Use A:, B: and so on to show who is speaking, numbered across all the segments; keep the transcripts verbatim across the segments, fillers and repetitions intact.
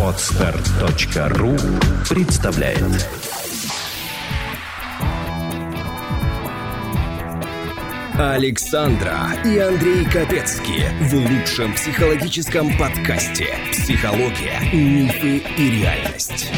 A: Подстер точка ру представляет. Александра и Андрей Капецки в лучшем психологическом подкасте «Психология, мифы и реальность».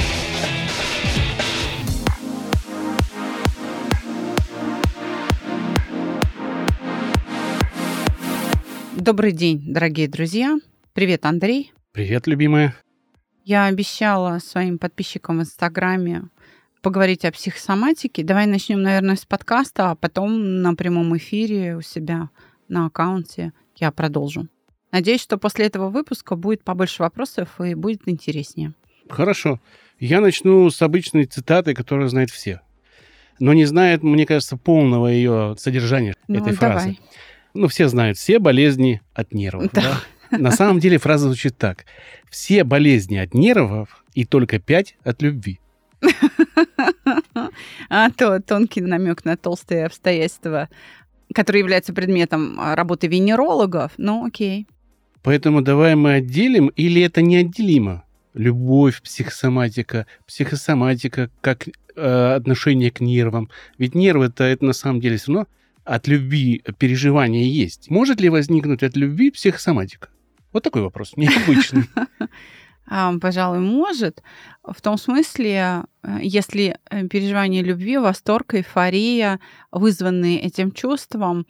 B: Добрый день, дорогие друзья. Привет, Андрей.
C: Привет, любимая.
B: Я обещала своим подписчикам в Инстаграме поговорить о психосоматике. Давай начнем, наверное, с подкаста, а потом на прямом эфире у себя на аккаунте я продолжу. Надеюсь, что после этого выпуска будет побольше вопросов и будет интереснее.
C: Хорошо. Я начну с обычной цитаты, которую знают все. Но не знают, мне кажется, полного ее содержания,
B: Ну,
C: этой
B: давай.
C: фразы. Ну, все знают, все болезни от нервов.
B: Да.
C: Да? На самом деле фраза звучит так. Все болезни от нервов и только пять от любви.
B: А то тонкий намек на толстые обстоятельства, которые являются предметом работы венерологов. Ну, окей.
C: Поэтому давай мы отделим, или это неотделимо? Любовь, психосоматика, психосоматика как э, отношение к нервам. Ведь нервы-то это на самом деле все равно от любви переживания есть. Может ли возникнуть от любви психосоматика? Вот такой вопрос, необычный.
B: Пожалуй, может. В том смысле, если переживание любви, восторг, эйфория, вызванные этим чувством,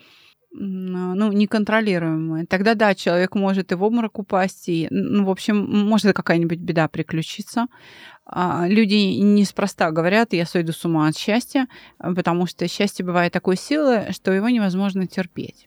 B: ну, неконтролируемые, тогда да, человек может и в обморок упасть, и, ну, в общем, может какая-нибудь беда приключиться. Люди неспроста говорят, я сойду с ума от счастья, потому что счастье бывает такой силы, что его невозможно терпеть.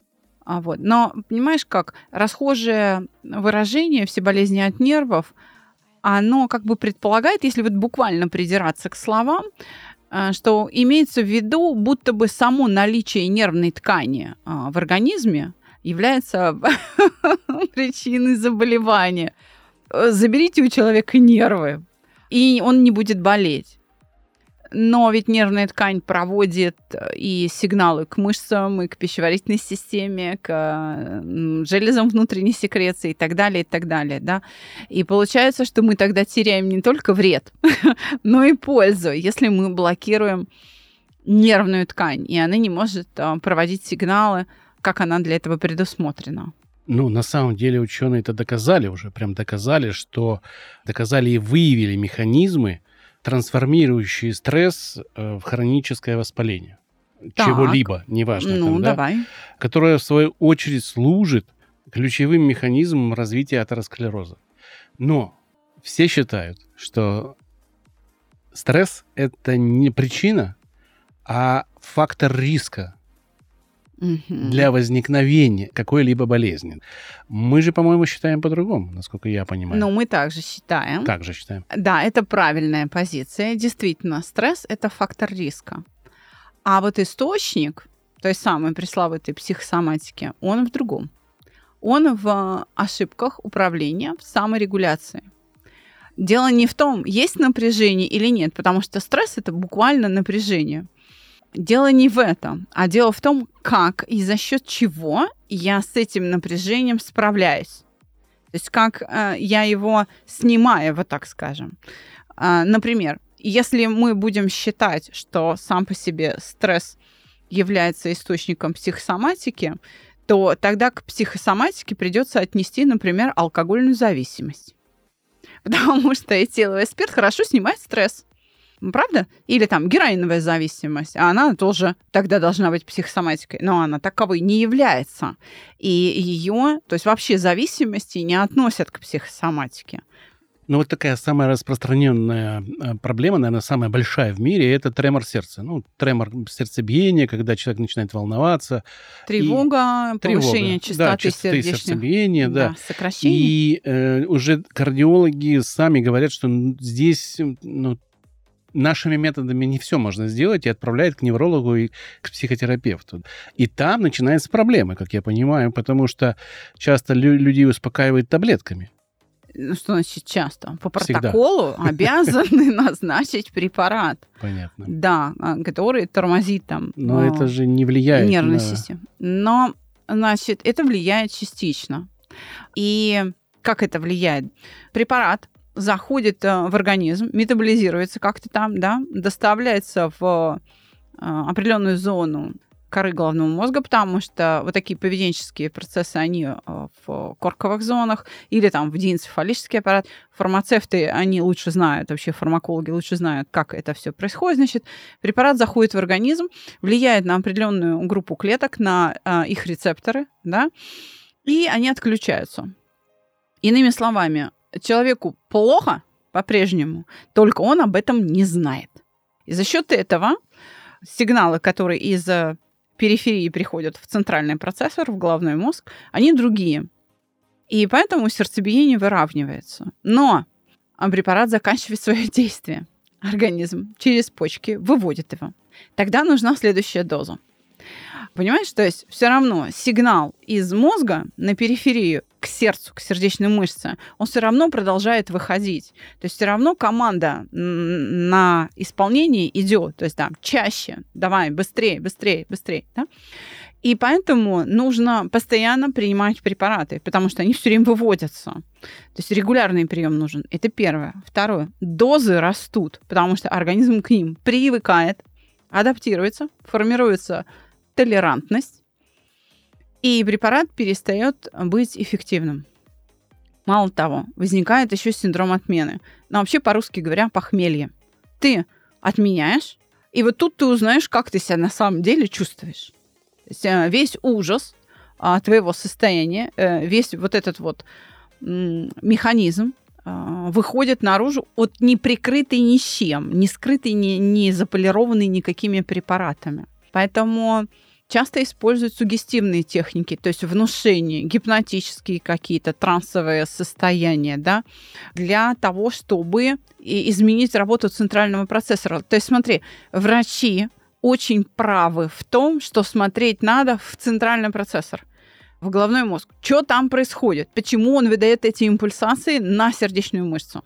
B: А вот. Но, понимаешь, как расхожее выражение «все болезни от нервов», оно как бы предполагает, если вот буквально придираться к словам, что имеется в виду, будто бы само наличие нервной ткани в организме является причиной заболевания. Заберите у человека нервы, и он не будет болеть. Но ведь нервная ткань проводит и сигналы к мышцам, и к пищеварительной системе, к железам внутренней секреции и так далее, и так далее, да. И получается, что мы тогда теряем не только вред, но и пользу, если мы блокируем нервную ткань, и она не может проводить сигналы, как она для этого предусмотрена.
C: Ну, на самом деле ученые это доказали уже, прям доказали, что доказали и выявили механизмы, трансформирующие стресс в хроническое воспаление.
B: Так.
C: Чего-либо, неважно.
B: Ну,
C: там, да,
B: давай.
C: которое, в свою очередь, служит ключевым механизмом развития атеросклероза. Но все считают, что стресс – это не причина, а фактор риска для возникновения какой-либо болезни. Мы же, по-моему, считаем по-другому, насколько я понимаю.
B: Ну, мы также считаем.
C: Как же считаем?
B: Да, это правильная позиция. Действительно, стресс – это фактор риска. А вот источник той самой пресловутой психосоматики, он в другом. Он в ошибках управления, в саморегуляции. Дело не в том, есть напряжение или нет, потому что стресс – это буквально напряжение. Дело не в этом, а дело в том, как и за счет чего я с этим напряжением справляюсь. То есть как э, я его снимаю, вот так скажем. Э, например, если мы будем считать, что сам по себе стресс является источником психосоматики, то тогда к психосоматике придется отнести, например, алкогольную зависимость. Потому что этиловый спирт хорошо снимает стресс. Правда? Или там героиновая зависимость, а она тоже тогда должна быть психосоматикой, но она таковой не является. И ее, то есть вообще зависимости не относят к психосоматике.
C: Ну, вот такая самая распространенная проблема, наверное, самая большая в мире, это тремор сердца. Ну, тремор сердцебиения, когда человек начинает волноваться.
B: Тревога,
C: и...
B: повышение
C: Тревога.
B: частоты,
C: да, частоты
B: сердечных...
C: сердцебиения, да.
B: да, сокращение.
C: И э, уже кардиологи сами говорят, что здесь, ну, нашими методами не все можно сделать, и отправляют к неврологу и к психотерапевту. И там начинаются проблемы, как я понимаю, потому что часто лю- людей успокаивают таблетками.
B: Ну, что значит часто? По
C: Всегда.
B: протоколу обязаны назначить препарат.
C: Понятно.
B: Да, который тормозит там.
C: Но это же не влияет
B: нервной
C: на...
B: систему. Но, значит, это влияет частично. И как это влияет? Препарат заходит в организм, метаболизируется как-то там, да, доставляется в определенную зону коры головного мозга, потому что вот такие поведенческие процессы, они в корковых зонах или там в диэнцефалический аппарат. Фармацевты, они лучше знают, вообще фармакологи лучше знают, как это все происходит. Значит, препарат заходит в организм, влияет на определенную группу клеток, на их рецепторы, да, и они отключаются. Иными словами, человеку плохо по-прежнему, только он об этом не знает. И за счет этого сигналы, которые из периферии приходят в центральный процессор, в головной мозг, они другие. И поэтому сердцебиение выравнивается. Но препарат заканчивает свое действие. Организм через почки выводит его. Тогда нужна следующая доза. Понимаешь, то есть все равно сигнал из мозга на периферию к сердцу, к сердечной мышце, он все равно продолжает выходить. То есть все равно команда на исполнение идет. То есть там чаще, давай, быстрее, быстрее, быстрее. Да? И поэтому нужно постоянно принимать препараты, потому что они все время выводятся. То есть регулярный прием нужен. Это первое. Второе. Дозы растут, потому что организм к ним привыкает, адаптируется, формируется толерантность, и препарат перестает быть эффективным. Мало того, возникает еще синдром отмены. Но вообще, по-русски говоря, похмелье. Ты отменяешь, и вот тут ты узнаешь, как ты себя на самом деле чувствуешь. То есть весь ужас а, твоего состояния, весь вот этот вот м, механизм а, выходит наружу от неприкрытый ни с чем, не скрытый, не, не заполированный никакими препаратами. Поэтому часто используют суггестивные техники, то есть внушение, гипнотические какие-то трансовые состояния, да, для того, чтобы изменить работу центрального процессора. То есть смотри, врачи очень правы в том, что смотреть надо в центральный процессор, в головной мозг. Что там происходит? Почему он выдает эти импульсации на сердечную мышцу?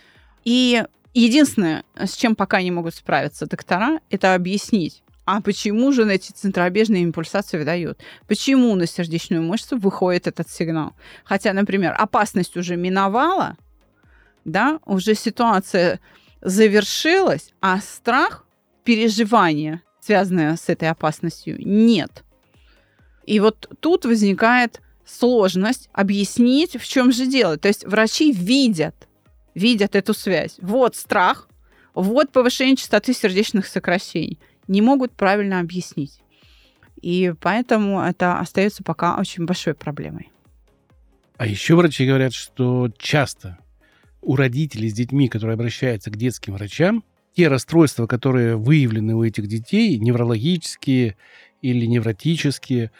B: И единственное, с чем пока не могут справиться доктора, это объяснить, а почему же эти центробежные импульсации выдают? Почему на сердечную мышцу выходит этот сигнал? Хотя, например, опасность уже миновала, да, уже ситуация завершилась, а страх, переживание, связанное с этой опасностью, нет. И вот тут возникает сложность объяснить, в чем же дело. То есть врачи видят, видят эту связь. Вот страх, вот повышение частоты сердечных сокращений. Не могут правильно объяснить. И поэтому это остается пока очень большой проблемой.
C: А еще врачи говорят, что часто у родителей с детьми, которые обращаются к детским врачам, те расстройства, которые выявлены у этих детей, неврологические или невротические,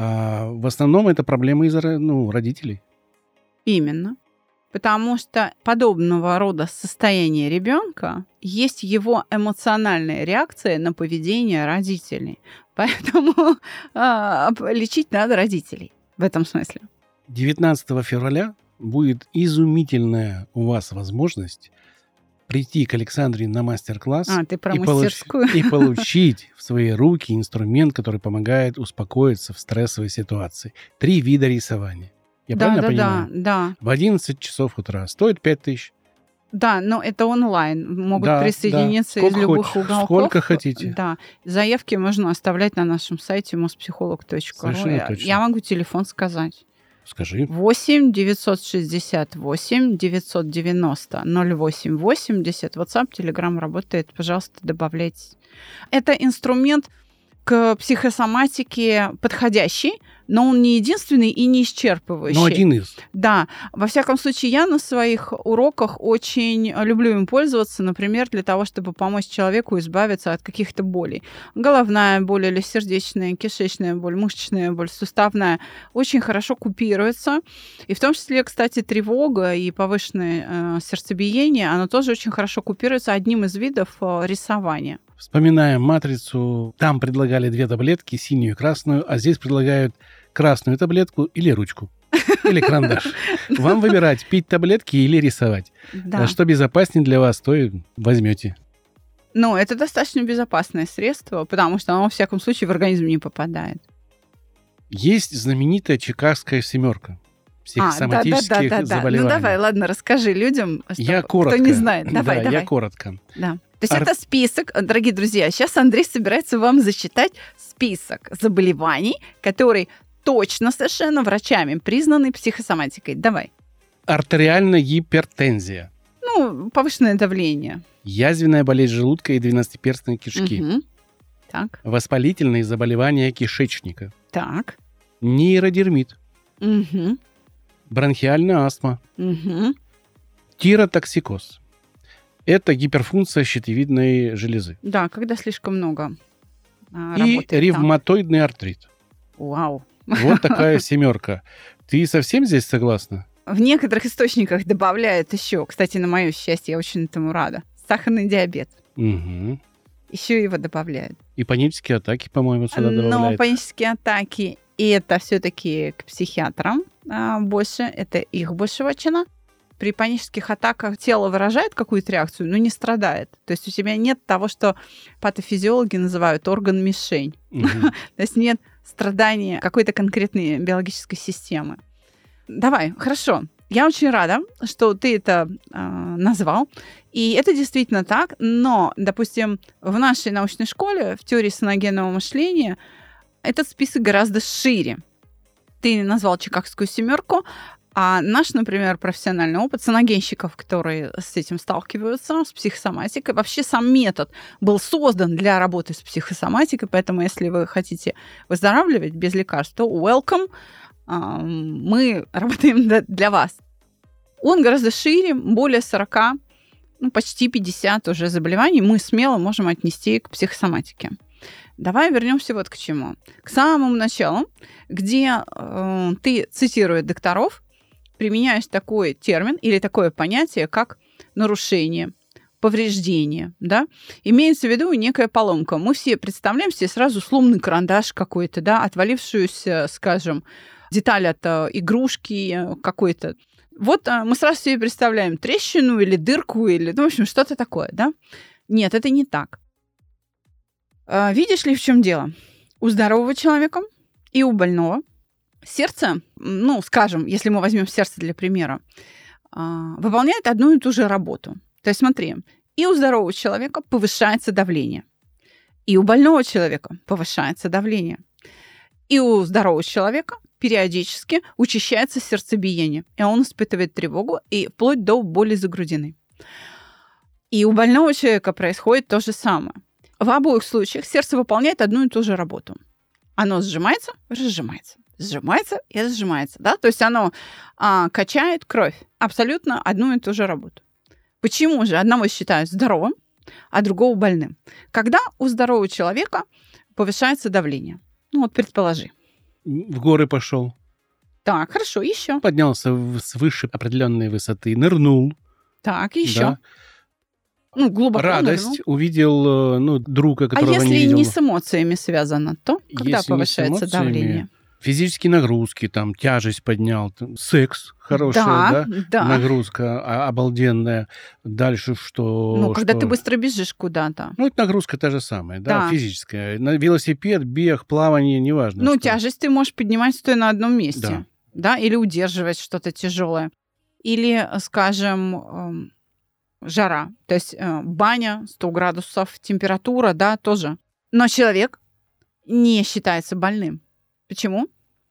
C: в основном это проблемы из-за ну, родителей.
B: Именно. Потому что подобного рода состояние ребенка есть его эмоциональная реакция на поведение родителей. Поэтому а, лечить надо родителей в этом смысле.
C: девятнадцатого февраля будет изумительная у вас возможность прийти к Александре на мастер-класс
B: а, ты про
C: и,
B: мастерскую.
C: получ- и получить в свои руки инструмент, который помогает успокоиться в стрессовой ситуации. Три вида рисования. Я
B: да,
C: правильно
B: да,
C: понимаю?
B: Да, да.
C: В одиннадцать часов утра. Стоит пять тысяч.
B: Да, но это онлайн. Могут
C: да,
B: присоединиться
C: да.
B: из любых
C: хоть,
B: уголков.
C: Сколько хотите.
B: Да. Заявки можно оставлять на нашем сайте моspsycholog точка ру.
C: Совершенно точно.
B: Я могу телефон сказать.
C: Скажи.
B: восемь девятьсот шестьдесят восемь девятьсот девяносто ноль восемь восемьдесят. WhatsApp, Telegram работает. Пожалуйста, добавляйтесь. Это инструмент к психосоматике подходящий, но он не единственный и не исчерпывающий.
C: Но один из.
B: Да. Во всяком случае, я на своих уроках очень люблю им пользоваться, например, для того, чтобы помочь человеку избавиться от каких-то болей. Головная боль или сердечная, кишечная боль, мышечная боль, суставная очень хорошо купируется. И в том числе, кстати, тревога и повышенное э, сердцебиение, оно тоже очень хорошо купируется одним из видов э, рисования.
C: Вспоминаем «Матрицу». Там предлагали две таблетки, синюю и красную, а здесь предлагают красную таблетку или ручку, или карандаш. Вам выбирать, пить таблетки или рисовать.
B: Да.
C: Что безопаснее для вас, то и возьмете.
B: Ну, это достаточно безопасное средство, потому что оно, во всяком случае, в организм не попадает.
C: Есть знаменитая чикагская семерка. психосоматических
B: а, да, да, да, да,
C: заболеваний.
B: Ну давай, ладно, расскажи людям, что,
C: я коротко,
B: кто не знает. Давай,
C: да,
B: давай.
C: я коротко.
B: Да. То есть
C: Ар...
B: это список, дорогие друзья, сейчас Андрей собирается вам зачитать список заболеваний, которые точно совершенно врачами признаны психосоматикой. Давай.
C: Артериальная гипертензия.
B: Ну, повышенное давление.
C: Язвенная болезнь желудка и двенадцатиперстной кишки.
B: Угу. Так.
C: Воспалительные заболевания кишечника.
B: Так.
C: Нейродермит.
B: Угу.
C: Бронхиальная астма.
B: Угу.
C: Тиротоксикоз. Это гиперфункция щитовидной железы.
B: Да, когда слишком много а,
C: и
B: работает.
C: ревматоидный артрит.
B: Вау.
C: Вот такая семерка. Ты совсем здесь согласна?
B: В некоторых источниках добавляют еще, кстати, на мое счастье, я очень этому рада, сахарный диабет.
C: Угу.
B: Еще его добавляют.
C: И панические атаки, по-моему, сюда добавляют.
B: Но панические атаки, это все-таки к психиатрам а, больше, это их больше вотчина. При панических атаках тело выражает какую-то реакцию, но не страдает. То есть у тебя нет того, что патофизиологи называют орган-мишень. Угу. То есть нет страдания какой-то конкретной биологической системы. Давай, хорошо. Я очень рада, что ты это э, назвал. И это действительно так. Но, допустим, в нашей научной школе, в теории саногенного мышления, этот список гораздо шире. Ты назвал Чикагскую семерку, а наш, например, профессиональный опыт саногенщиков, которые с этим сталкиваются, с психосоматикой, вообще сам метод был создан для работы с психосоматикой, поэтому если вы хотите выздоравливать без лекарств, то welcome. Мы работаем для вас. Он гораздо шире, более сорока, ну, почти пятьдесят уже заболеваний мы смело можем отнести к психосоматике. Давай вернемся вот к чему. К самому началу, где э, ты, цитируя докторов, применяешь такой термин или такое понятие, как нарушение, повреждение, да? Имеется в виду некая поломка. Мы все представляем себе сразу сломанный карандаш какой-то, да, отвалившуюся, скажем, деталь от э, игрушки какой-то. Вот э, мы сразу себе представляем трещину или дырку, или, ну, в общем, что-то такое, да? Нет, это не так. Э, видишь ли, в чем дело? У здорового человека и у больного сердце, ну, скажем, если мы возьмем сердце для примера, э, выполняет одну и ту же работу. То есть смотри, и у здорового человека повышается давление, и у больного человека повышается давление, и у здорового человека периодически учащается сердцебиение, и он испытывает тревогу и вплоть до боли за грудиной. И у больного человека происходит то же самое. В обоих случаях сердце выполняет одну и ту же работу. Оно сжимается, разжимается, сжимается и разжимается. Да? То есть оно а, качает кровь. Абсолютно одну и ту же работу. Почему же одного считают здоровым, а другого больным? Когда у здорового человека повышается давление? Ну вот предположи.
C: В горы пошел.
B: Так, хорошо, еще.
C: Поднялся свыше определенной высоты, нырнул.
B: Так, еще.
C: Да.
B: Ну, глубоко
C: Радость.
B: нырнул.
C: Увидел, ну, друга, которого
B: а
C: не видел.
B: А если не с эмоциями связано, то когда
C: если
B: повышается давление?
C: Физические нагрузки, там, тяжесть поднял, там, секс хорошая,
B: да,
C: да?
B: да.
C: Нагрузка а, обалденная. Дальше что?
B: Ну, когда
C: что...
B: ты быстро бежишь куда-то.
C: Ну, это нагрузка та же самая, да,
B: да.
C: физическая. На велосипед, бег, плавание, неважно.
B: Ну,
C: что.
B: тяжесть ты можешь поднимать, стоя на одном месте.
C: Да.
B: Да, или удерживать что-то тяжелое. Или, скажем, жара. То есть баня, сто градусов, температура, да, тоже. Но человек не считается больным. Почему?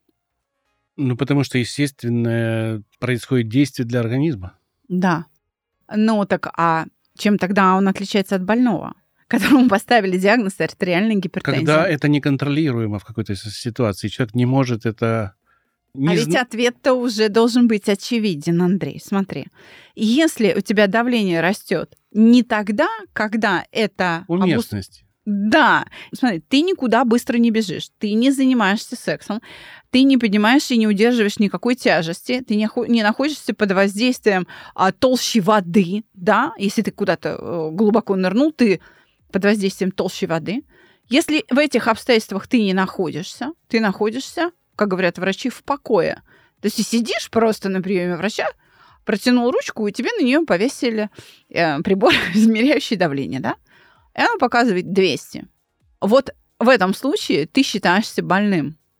C: Ну, потому что, естественно, происходит действие для организма.
B: Да. Ну, так а чем тогда он отличается от больного, которому поставили диагноз артериальной гипертензии?
C: Когда это неконтролируемо в какой-то ситуации, человек не может это... Не
B: а
C: зн...
B: ведь ответ-то уже должен быть очевиден, Андрей. Смотри, если у тебя давление растет не тогда, когда это...
C: Уместность.
B: Да. Смотри, ты никуда быстро не бежишь, ты не занимаешься сексом, ты не поднимаешь и не удерживаешь никакой тяжести, ты не, не находишься под воздействием а, толщи воды, да, если ты куда-то э, глубоко нырнул, ты под воздействием толщи воды. Если в этих обстоятельствах ты не находишься, ты находишься, как говорят врачи, в покое. То есть ты сидишь просто на приеме врача, протянул ручку, и тебе на нее повесили э, прибор, измеряющий давление, да? И оно показывает двести. Вот в этом случае ты считаешься больным.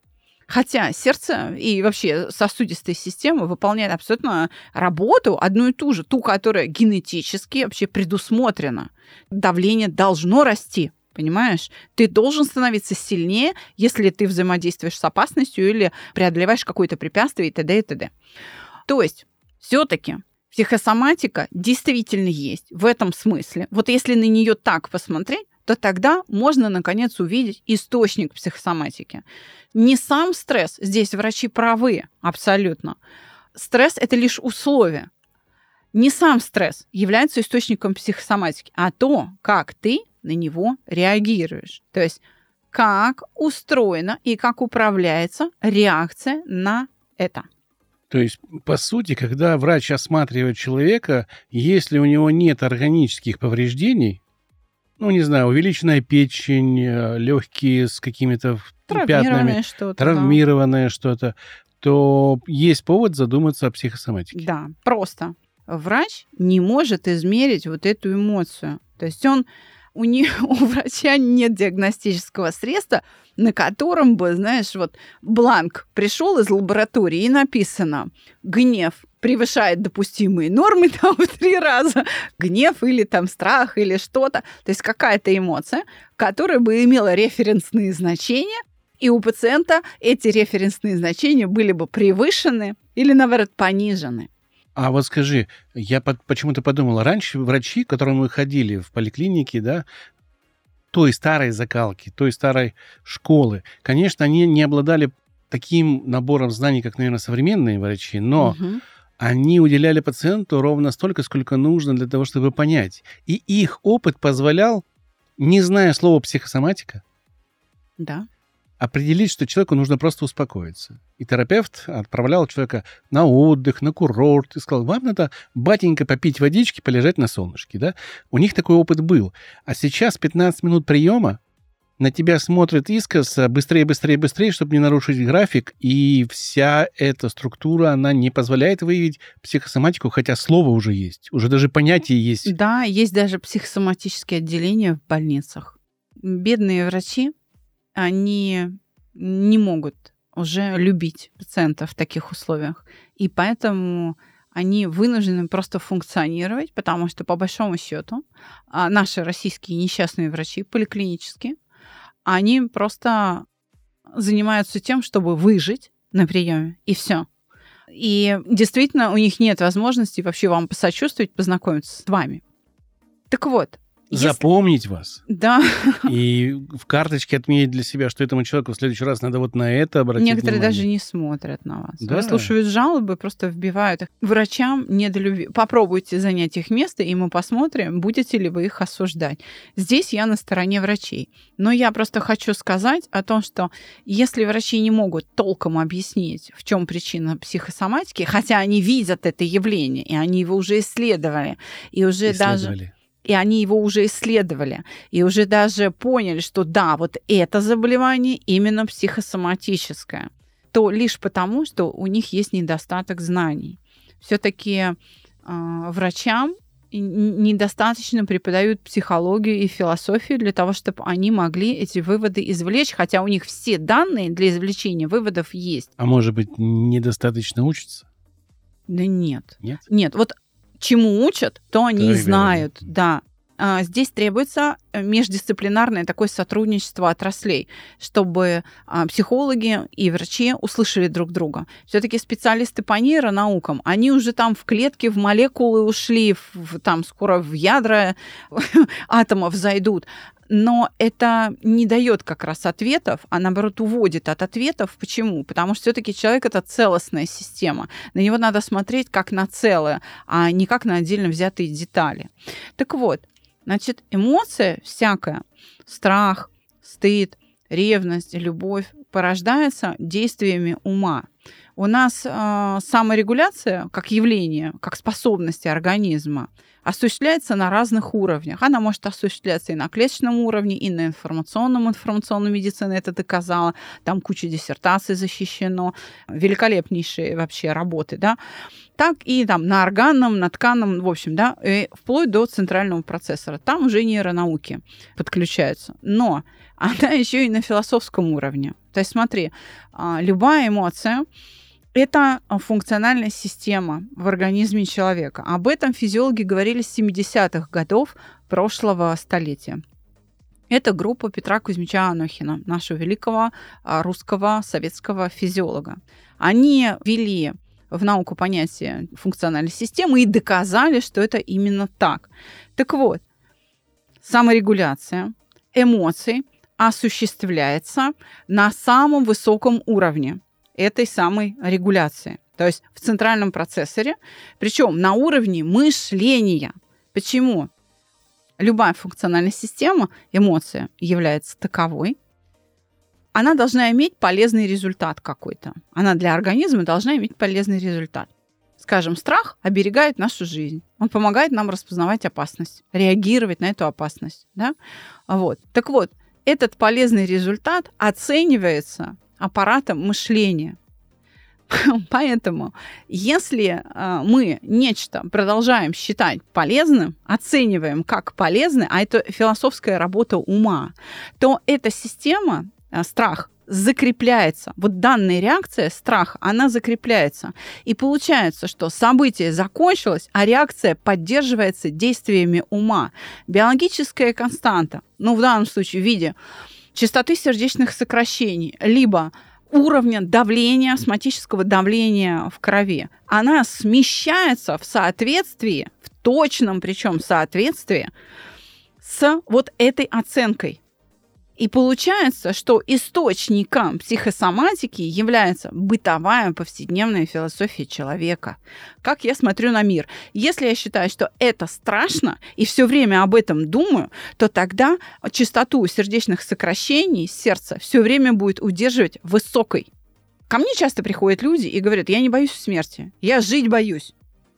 B: Хотя сердце и вообще сосудистая система выполняет абсолютно работу одну и ту же, ту, которая генетически вообще предусмотрена. Давление должно расти, понимаешь? Ты должен становиться сильнее, если ты взаимодействуешь с опасностью или преодолеваешь какое-то препятствие и т.д. и т.д. То есть все-таки психосоматика действительно есть в этом смысле. Вот если на нее так посмотреть, то тогда можно, наконец, увидеть источник психосоматики. Не сам стресс, здесь врачи правы абсолютно. Стресс – это лишь условие. Не сам стресс является источником психосоматики, а то, как ты на него реагируешь. То есть как устроена и как управляется реакция на это.
C: То есть, по сути, когда врач осматривает человека, если у него нет органических повреждений, ну, не знаю, увеличенная печень, легкие с какими-то пятнами,
B: что-то,
C: травмированное да. что-то, то есть повод задуматься о психосоматике.
B: Да, просто врач не может измерить вот эту эмоцию. То есть он, у, не, у врача нет диагностического средства, на котором бы, знаешь, вот бланк пришел из лаборатории и написано «Гнев превышает допустимые нормы там в три раза». Гнев или там страх или что-то. То есть какая-то эмоция, которая бы имела референсные значения, и у пациента эти референсные значения были бы превышены или, наоборот, понижены.
C: А вот скажи, я почему-то подумал, раньше врачи, к которым мы ходили в поликлинике, да, той старой закалки, той старой школы, конечно, они не обладали таким набором знаний, как, наверное, современные врачи, но угу. они уделяли пациенту ровно столько, сколько нужно для того, чтобы понять. И их опыт позволял, не зная слова психосоматика,
B: да.
C: определить, что человеку нужно просто успокоиться. И терапевт отправлял человека на отдых, на курорт, и сказал, вам надо, батенька, попить водички, полежать на солнышке. Да? У них такой опыт был. А сейчас пятнадцать минут приема, на тебя смотрят искоса быстрее, быстрее, быстрее, чтобы не нарушить график, и вся эта структура, она не позволяет выявить психосоматику, хотя слово уже есть, уже даже понятие есть.
B: Да, есть даже психосоматические отделения в больницах. Бедные врачи, они не могут уже любить пациентов в таких условиях. И поэтому они вынуждены просто функционировать, потому что, по большому счету, наши российские несчастные врачи, поликлинические, они просто занимаются тем, чтобы выжить на приеме, и все. И действительно, у них нет возможности вообще вам посочувствовать, познакомиться с вами. Так вот,
C: запомнить если... вас.
B: Да.
C: И в карточке отметить для себя, что этому человеку в следующий раз надо вот на это обратить
B: Некоторые
C: внимание.
B: даже не смотрят на вас.
C: Да.
B: Выслушивают жалобы, просто вбивают их. Врачам недолюбви. Попробуйте занять их место, и мы посмотрим, будете ли вы их осуждать. Здесь я на стороне врачей. Но я просто хочу сказать о том, что если врачи не могут толком объяснить, в чем причина психосоматики, хотя они видят это явление, и они его уже исследовали, и уже
C: исследовали.
B: даже... И они его уже исследовали, и уже даже поняли, что да, вот это заболевание именно психосоматическое, то лишь потому, что у них есть недостаток знаний. Все-таки э, врачам недостаточно преподают психологию и философию для того, чтобы они могли эти выводы извлечь, хотя у них все данные для извлечения выводов есть.
C: А может быть, недостаточно учатся?
B: Да нет.
C: Нет?
B: Нет, вот чему учат, то они
C: да,
B: знают, да. А здесь требуется междисциплинарное такое сотрудничество отраслей, чтобы психологи и врачи услышали друг друга. Все-таки специалисты по нейронаукам, они уже там в клетки, в молекулы ушли, в, там скоро в ядра атомов зайдут. Но это не дает как раз ответов, а наоборот уводит от ответов. Почему? Потому что все-таки человек — это целостная система. На него надо смотреть как на целое, а не как на отдельно взятые детали. Так вот, значит, эмоция всякая, страх, стыд, ревность, любовь порождается действиями ума. У нас э, саморегуляция как явление, как способность организма осуществляется на разных уровнях. Она может осуществляться и на клеточном уровне, и на информационном. Информационная медицина это доказала. Там куча диссертаций защищено. Великолепнейшие вообще работы, да. Так и там на органном, на тканном, в общем, да, и вплоть до центрального процессора. Там уже нейронауки подключаются. Но она еще и на философском уровне. То есть смотри, любая эмоция – это функциональная система в организме человека. Об этом физиологи говорили с семидесятых годов прошлого столетия. Это группа Петра Кузьмича Анохина, нашего великого русского советского физиолога. Они ввели в науку понятие функциональной системы и доказали, что это именно так. Так вот, саморегуляция эмоций осуществляется на самом высоком уровне этой самой регуляции. То есть в центральном процессоре, причем на уровне мышления. Почему? Любая функциональная система, эмоция, является таковой. Она должна иметь полезный результат какой-то. Она для организма должна иметь полезный результат. Скажем, страх оберегает нашу жизнь. Он помогает нам распознавать опасность, реагировать на эту опасность. Да? Вот. Так вот, этот полезный результат оценивается аппаратом мышления. Поэтому, если э, мы нечто продолжаем считать полезным, оцениваем как полезное, а это философская работа ума, то эта система, э, страх, закрепляется. Вот данная реакция, страх, она закрепляется. И получается, что событие закончилось, а реакция поддерживается действиями ума. Биологическая константа, ну в данном случае в виде частоты сердечных сокращений, либо уровня давления, астматического давления в крови, она смещается в соответствии, в точном причем соответствии с вот этой оценкой. И получается, что источником психосоматики является бытовая повседневная философия человека. Как я смотрю на мир. Если я считаю, что это страшно, и все время об этом думаю, то тогда частоту сердечных сокращений сердца все время будет удерживать высокой. Ко мне часто приходят люди и говорят: я не боюсь смерти, я жить боюсь.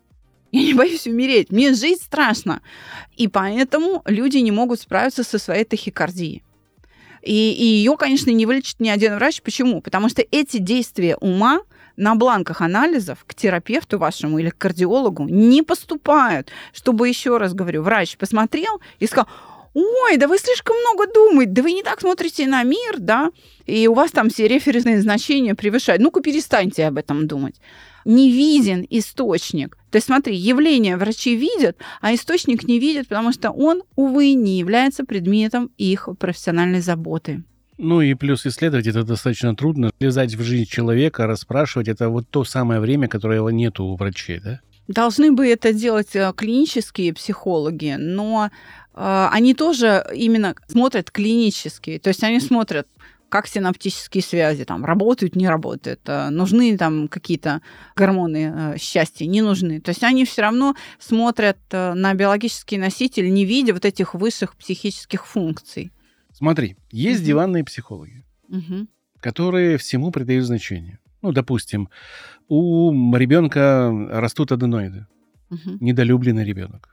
B: Я не боюсь умереть, мне жить страшно. И поэтому люди не могут справиться со своей тахикардией. И, и ее, конечно, не вылечит ни один врач. Почему? Потому что эти действия ума на бланках анализов к терапевту вашему или к кардиологу не поступают. Чтобы, еще раз говорю, врач посмотрел и сказал: ой, да вы слишком много думаете, да вы не так смотрите на мир, да, и у вас там все референсные значения превышают. Ну-ка, перестаньте об этом думать. Не виден источник. То есть, смотри, явления врачи видят, а источник не видят, потому что он, увы, не является предметом их профессиональной заботы.
C: Ну и плюс исследовать это достаточно трудно. Влезать в жизнь человека, расспрашивать, это вот то самое время, которого нету у врачей, да?
B: Должны бы это делать клинические психологи, но э, они тоже именно смотрят клинически. То есть они смотрят, как синаптические связи там работают, не работают, нужны там какие-то гормоны счастья, не нужны. То есть они все равно смотрят на биологический носитель, не видя вот этих высших психических функций.
C: Смотри, есть угу. диванные психологи, угу. которые всему придают значение. Ну, допустим, у ребенка растут аденоиды, угу. недолюбленный ребенок.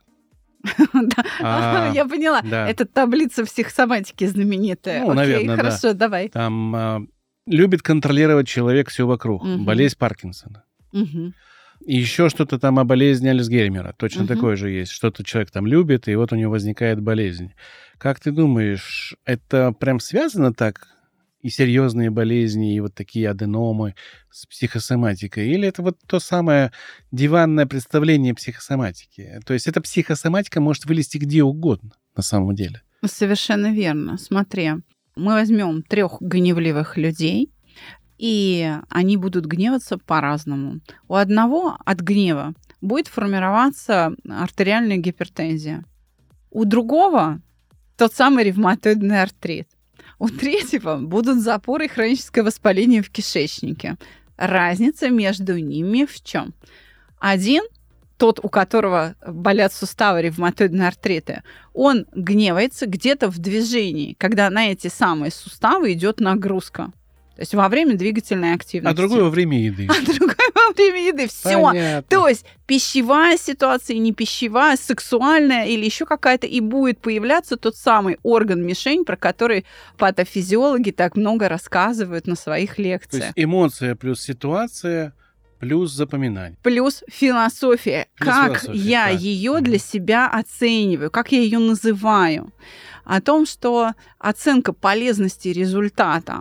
B: Да, я поняла. Это таблица психосоматики знаменитая.
C: Ну, наверное, да.
B: Хорошо, давай.
C: Там любит контролировать человек все вокруг. Болезнь Паркинсона. И еще что-то там о болезни Альцгеймера. Точно такое же есть. Что-то человек там любит, и вот у него возникает болезнь. Как ты думаешь, это прям связано так? И серьезные болезни, и вот такие аденомы с психосоматикой? Или это вот то самое диванное представление психосоматики? То есть эта психосоматика может вылезти где угодно на самом деле.
B: Совершенно верно. Смотри, мы возьмем трех гневливых людей, и они будут гневаться по-разному. У одного от гнева будет формироваться артериальная гипертензия. У другого тот самый ревматоидный артрит. У третьего будут запоры и хроническое воспаление в кишечнике. Разница между ними в чем? Один, тот, у которого болят суставы, ревматоидные артриты, он гневается где-то в движении, когда на эти самые суставы идет нагрузка. То есть во время двигательной активности.
C: А другое во время еды.
B: А другое во время еды. Все.
C: Понятно.
B: То есть пищевая ситуация, не пищевая, сексуальная или еще какая-то, и будет появляться тот самый орган-мишень, про который патофизиологи так много рассказывают на своих лекциях.
C: То есть эмоция плюс ситуация плюс запоминание.
B: Плюс философия.
C: Плюс
B: как
C: философия,
B: я
C: так.
B: ее для себя оцениваю, как я ее называю. О том, что оценка полезности результата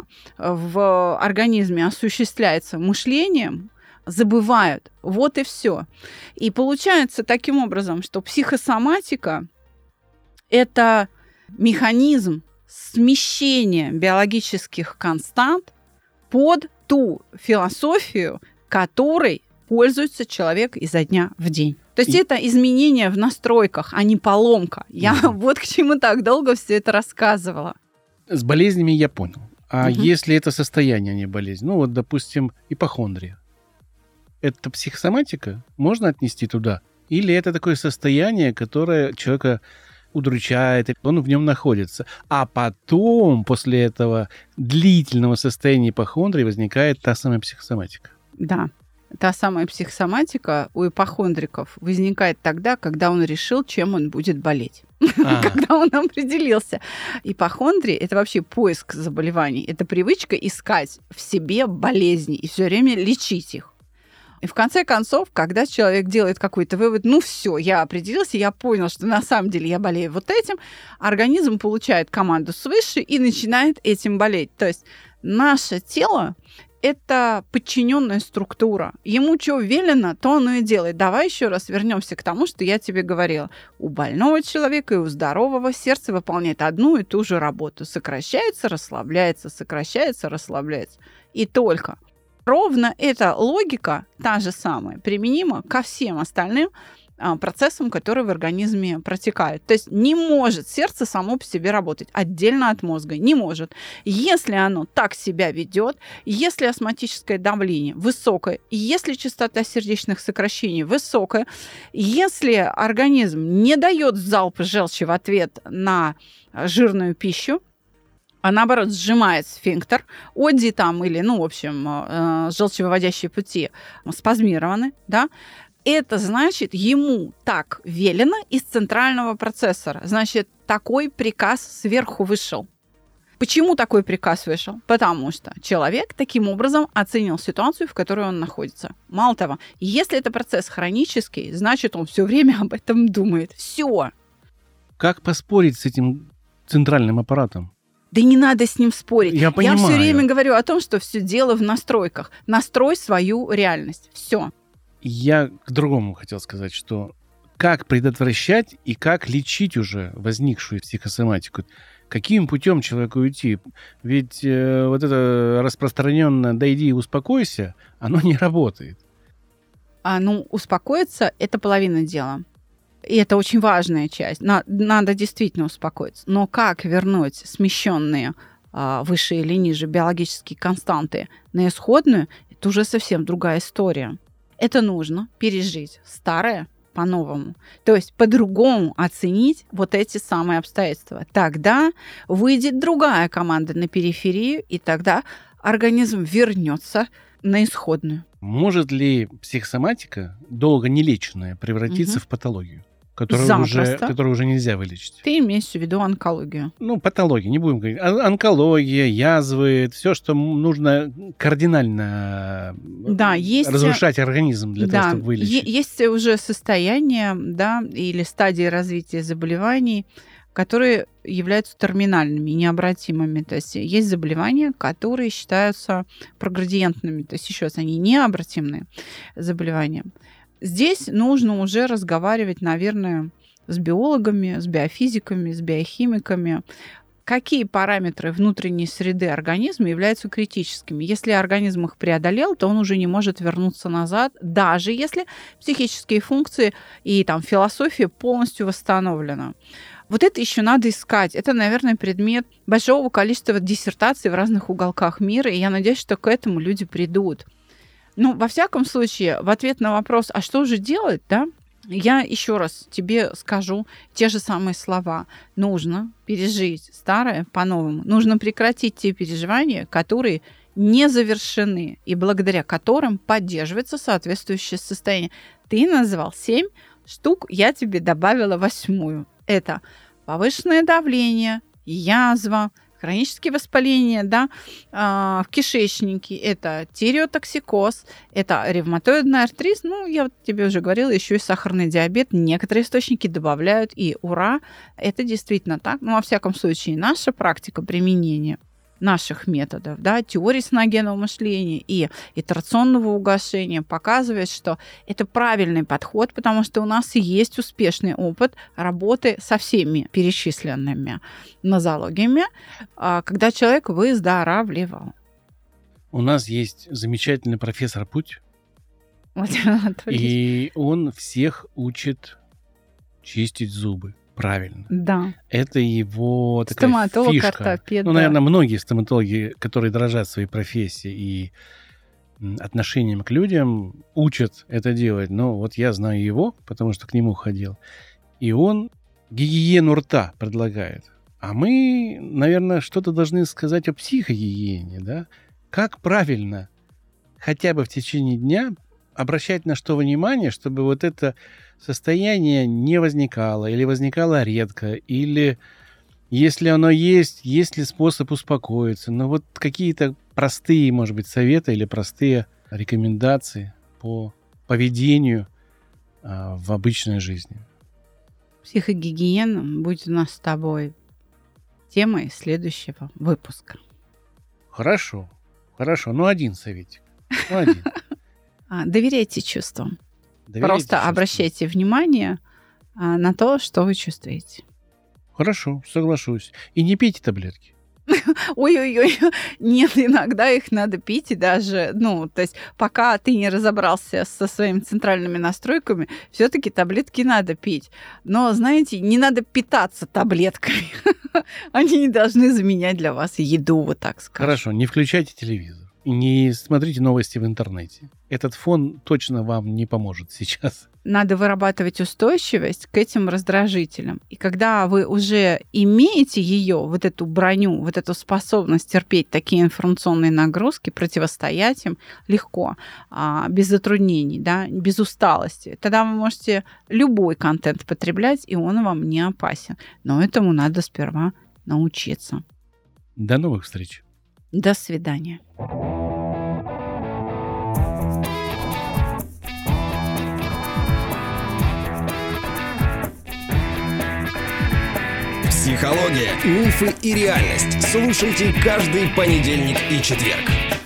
B: в организме осуществляется мышлением, забывают. Вот и все. И получается таким образом, что психосоматика – это механизм смещения биологических констант под ту философию, которой пользуется человек изо дня в день. То есть и... это изменение в настройках, а не поломка. Я mm-hmm. вот к чему так долго все это рассказывала.
C: С болезнями я понял. А
B: Mm-hmm.
C: если это состояние, а не болезнь? Ну вот, допустим, ипохондрия. Это психосоматика? Можно отнести туда? Или это такое состояние, которое человека удручает, он в нем находится. А потом, после этого длительного состояния ипохондрии, возникает та самая психосоматика.
B: Да. Та самая психосоматика у ипохондриков возникает тогда, когда он решил, чем он будет болеть. А-а-а. Когда он определился. Ипохондрия – это вообще поиск заболеваний. Это привычка искать в себе болезни и все время лечить их. И в конце концов, когда человек делает какой-то вывод, ну все, я определился, я понял, что на самом деле я болею вот этим, организм получает команду свыше и начинает этим болеть. То есть наше тело – это подчиненная структура. Ему что велено, то оно и делает. Давай еще раз вернемся к тому, что я тебе говорила. У больного человека и у здорового сердце выполняет одну и ту же работу. Сокращается, расслабляется, сокращается, расслабляется. И только. Ровно эта логика, та же самая, применима ко всем остальным процессам, которые в организме протекают. То есть не может сердце само по себе работать отдельно от мозга. Не может. Если оно так себя ведет, если астматическое давление высокое, если частота сердечных сокращений высокая, если организм не дает залпа желчи в ответ на жирную пищу, а наоборот сжимает сфинктер, оди там или, ну, в общем, желчевыводящие пути спазмированы, да, это значит, ему так велено из центрального процессора. Значит, такой приказ сверху вышел. Почему такой приказ вышел? Потому что человек таким образом оценил ситуацию, в которой он находится. Мало того, если это процесс хронический, значит, он все время об этом думает. Все.
C: Как поспорить с этим центральным аппаратом?
B: Да не надо с ним спорить.
C: Я понимаю.
B: Я все время говорю о том, что все дело в настройках. Настрой свою реальность. Все.
C: Я к другому хотел сказать, что как предотвращать и как лечить уже возникшую психосоматику? Каким путем человеку уйти? Ведь э, вот это распространенное «да иди и успокойся», оно не работает.
B: А, ну, успокоиться – это половина дела. И это очень важная часть. На, надо действительно успокоиться. Но как вернуть смещенные а, выше или ниже биологические константы на исходную – это уже совсем другая история. Это нужно пережить старое по-новому. То есть по-другому оценить вот эти самые обстоятельства. Тогда выйдет другая команда на периферию, и тогда организм вернется на исходную.
C: Может ли психосоматика, долго не леченная, превратиться угу. в патологию? Которую уже, которую уже нельзя вылечить. Ты
B: имеешь в виду онкологию?
C: Ну, патология, не будем говорить. Онкология, язвы, все, что нужно кардинально да, есть, разрушать организм для да, того, чтобы вылечить.
B: Есть уже состояния, да, или стадии развития заболеваний, которые являются терминальными, необратимыми. То есть есть заболевания, которые считаются проградиентными. То есть еще раз, они необратимые заболевания. Здесь нужно уже разговаривать, наверное, с биологами, с биофизиками, с биохимиками. Какие параметры внутренней среды организма являются критическими? Если организм их преодолел, то он уже не может вернуться назад, даже если психические функции и там, философия полностью восстановлена. Вот это еще надо искать. Это, наверное, предмет большого количества диссертаций в разных уголках мира, и я надеюсь, что к этому люди придут. Ну, во всяком случае, в ответ на вопрос, а что же делать, да, я еще раз тебе скажу те же самые слова. Нужно пережить старое по-новому. Нужно прекратить те переживания, которые не завершены и благодаря которым поддерживается соответствующее состояние. Ты назвал семь штук, я тебе добавила восьмую. Это повышенное давление, язва, хронические воспаления, да, э, в кишечнике, это тиреотоксикоз, это ревматоидный артрит, ну, я вот тебе уже говорила, еще и сахарный диабет. Некоторые источники добавляют, и ура, это действительно так. Ну, во всяком случае, наша практика применения наших методов, да, теории саногенного мышления и итерационного угошения показывает, что это правильный подход, потому что у нас и есть успешный опыт работы со всеми перечисленными нозологиями, когда человек выздоравливал.
C: У нас есть замечательный профессор Путь,
B: Владимир Анатольевич.
C: И он всех учит чистить зубы. Правильно.
B: Да.
C: Это его такая
B: стоматолог,
C: фишка.
B: ортопед.
C: Ну,
B: да.
C: наверное, многие стоматологи, которые дорожат своей профессией и отношением к людям, учат это делать. Но вот я знаю его, потому что к нему ходил. И он гигиену рта предлагает. А мы, наверное, что-то должны сказать о психогигиене, да? Как правильно хотя бы в течение дня обращать на что внимание, чтобы вот это состояние не возникало или возникало редко, или если оно есть, есть ли способ успокоиться. Но вот какие-то простые, может быть, советы или простые рекомендации по поведению а, в обычной жизни.
B: Психогигиена будет у нас с тобой темой следующего выпуска.
C: Хорошо, хорошо. Ну, один советик. Ну, один.
B: Доверяйте чувствам.
C: Доверяйте
B: Просто
C: чувствам.
B: обращайте внимание а, на то, что вы чувствуете.
C: Хорошо, соглашусь. И не пейте таблетки.
B: Ой-ой-ой, нет, иногда их надо пить, и даже, ну, то есть пока ты не разобрался со своими центральными настройками, все-таки таблетки надо пить. Но, знаете, не надо питаться таблетками. Они не должны заменять для вас еду, вот так скажем.
C: Хорошо, не включайте телевизор. И не смотрите новости в интернете. Этот фон точно вам не поможет сейчас.
B: Надо вырабатывать устойчивость к этим раздражителям. И когда вы уже имеете ее, вот эту броню, вот эту способность терпеть такие информационные нагрузки, противостоять им легко, без затруднений, да, без усталости, тогда вы можете любой контент потреблять, и он вам не опасен. Но этому надо сперва научиться.
C: До новых встреч.
B: До свидания.
A: Психология, мифы и реальность. Слушайте каждый понедельник и четверг.